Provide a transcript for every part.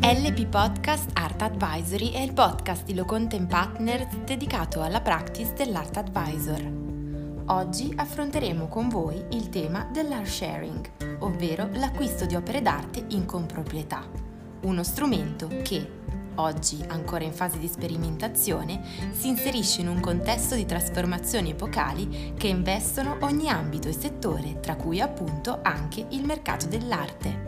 LP Podcast Art Advisory è il podcast di Locontent Partners dedicato alla practice dell'Art Advisor. Oggi affronteremo con voi il tema dell'art sharing, ovvero l'acquisto di opere d'arte in comproprietà, uno strumento che, oggi ancora in fase di sperimentazione, si inserisce in un contesto di trasformazioni epocali che investono ogni ambito e settore, tra cui appunto anche il mercato dell'arte.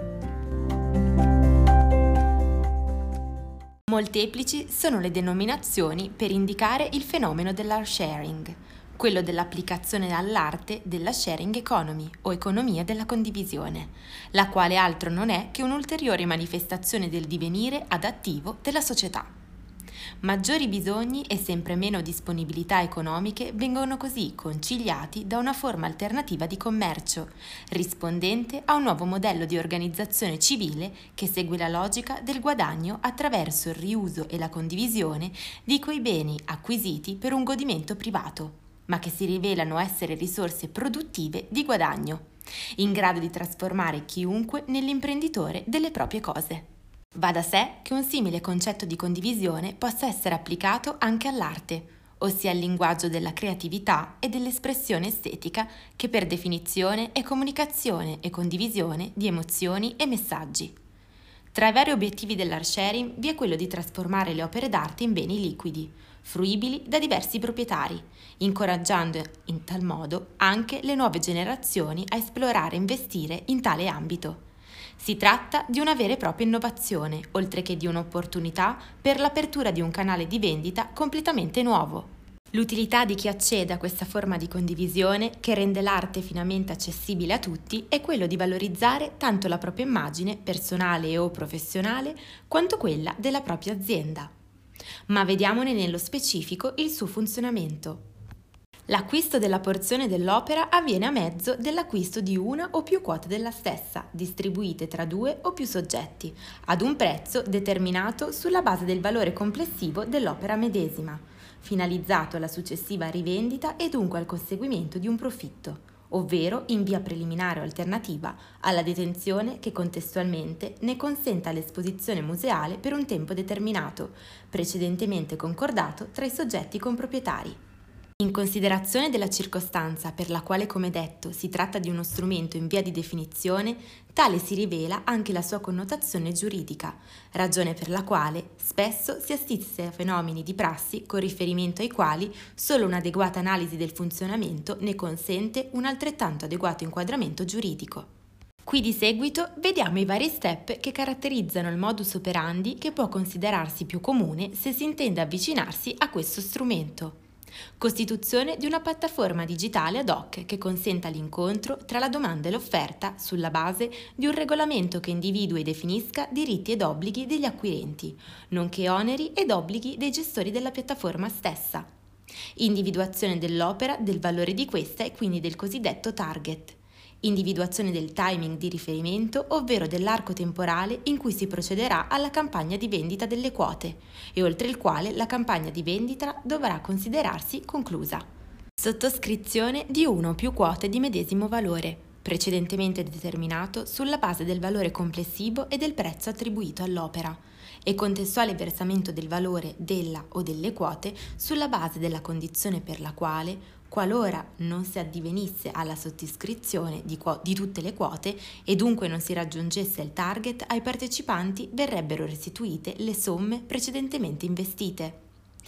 Molteplici sono le denominazioni per indicare il fenomeno dell'art sharing, quello dell'applicazione all'arte della sharing economy o economia della condivisione, la quale altro non è che un'ulteriore manifestazione del divenire adattivo della società. Maggiori bisogni e sempre meno disponibilità economiche vengono così conciliati da una forma alternativa di commercio, rispondente a un nuovo modello di organizzazione civile che segue la logica del guadagno attraverso il riuso e la condivisione di quei beni acquisiti per un godimento privato, ma che si rivelano essere risorse produttive di guadagno, in grado di trasformare chiunque nell'imprenditore delle proprie cose. Va da sé che un simile concetto di condivisione possa essere applicato anche all'arte, ossia al linguaggio della creatività e dell'espressione estetica che per definizione è comunicazione e condivisione di emozioni e messaggi. Tra i vari obiettivi dell'art sharing vi è quello di trasformare le opere d'arte in beni liquidi, fruibili da diversi proprietari, incoraggiando in tal modo anche le nuove generazioni a esplorare e investire in tale ambito. Si tratta di una vera e propria innovazione, oltre che di un'opportunità per l'apertura di un canale di vendita completamente nuovo. L'utilità di chi accede a questa forma di condivisione, che rende l'arte finalmente accessibile a tutti, è quello di valorizzare tanto la propria immagine, personale o professionale, quanto quella della propria azienda. Ma vediamone nello specifico il suo funzionamento. L'acquisto della porzione dell'opera avviene a mezzo dell'acquisto di una o più quote della stessa, distribuite tra due o più soggetti, ad un prezzo determinato sulla base del valore complessivo dell'opera medesima, finalizzato alla successiva rivendita e dunque al conseguimento di un profitto, ovvero in via preliminare o alternativa alla detenzione che contestualmente ne consenta l'esposizione museale per un tempo determinato, precedentemente concordato tra i soggetti comproprietari. In considerazione della circostanza per la quale, come detto, si tratta di uno strumento in via di definizione, tale si rivela anche la sua connotazione giuridica, ragione per la quale spesso si assiste a fenomeni di prassi con riferimento ai quali solo un'adeguata analisi del funzionamento ne consente un altrettanto adeguato inquadramento giuridico. Qui di seguito vediamo i vari step che caratterizzano il modus operandi che può considerarsi più comune se si intende avvicinarsi a questo strumento. Costituzione di una piattaforma digitale ad hoc che consenta l'incontro tra la domanda e l'offerta sulla base di un regolamento che individui e definisca diritti ed obblighi degli acquirenti, nonché oneri ed obblighi dei gestori della piattaforma stessa. Individuazione dell'opera, del valore di questa e quindi del cosiddetto target. Individuazione del timing di riferimento, ovvero dell'arco temporale in cui si procederà alla campagna di vendita delle quote e oltre il quale la campagna di vendita dovrà considerarsi conclusa. Sottoscrizione di una o più quote di medesimo valore, precedentemente determinato sulla base del valore complessivo e del prezzo attribuito all'opera, e contestuale versamento del valore della o delle quote sulla base della condizione per la quale, qualora non si addivenisse alla sottoscrizione di tutte le quote e dunque non si raggiungesse il target, ai partecipanti verrebbero restituite le somme precedentemente investite.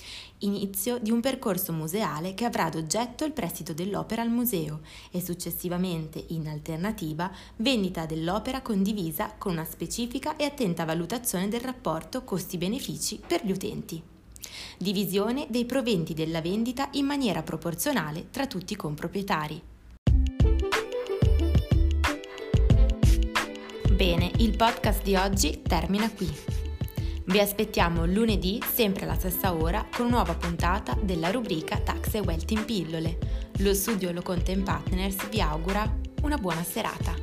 Inizio di un percorso museale che avrà ad oggetto il prestito dell'opera al museo e successivamente, in alternativa, vendita dell'opera condivisa con una specifica e attenta valutazione del rapporto costi-benefici per gli utenti. Divisione dei proventi della vendita in maniera proporzionale tra tutti i comproprietari. Bene, il podcast di oggi termina qui. Vi aspettiamo lunedì, sempre alla stessa ora, con una nuova puntata della rubrica Tax e Wealth in pillole. Lo studio Locontent Partners vi augura una buona serata.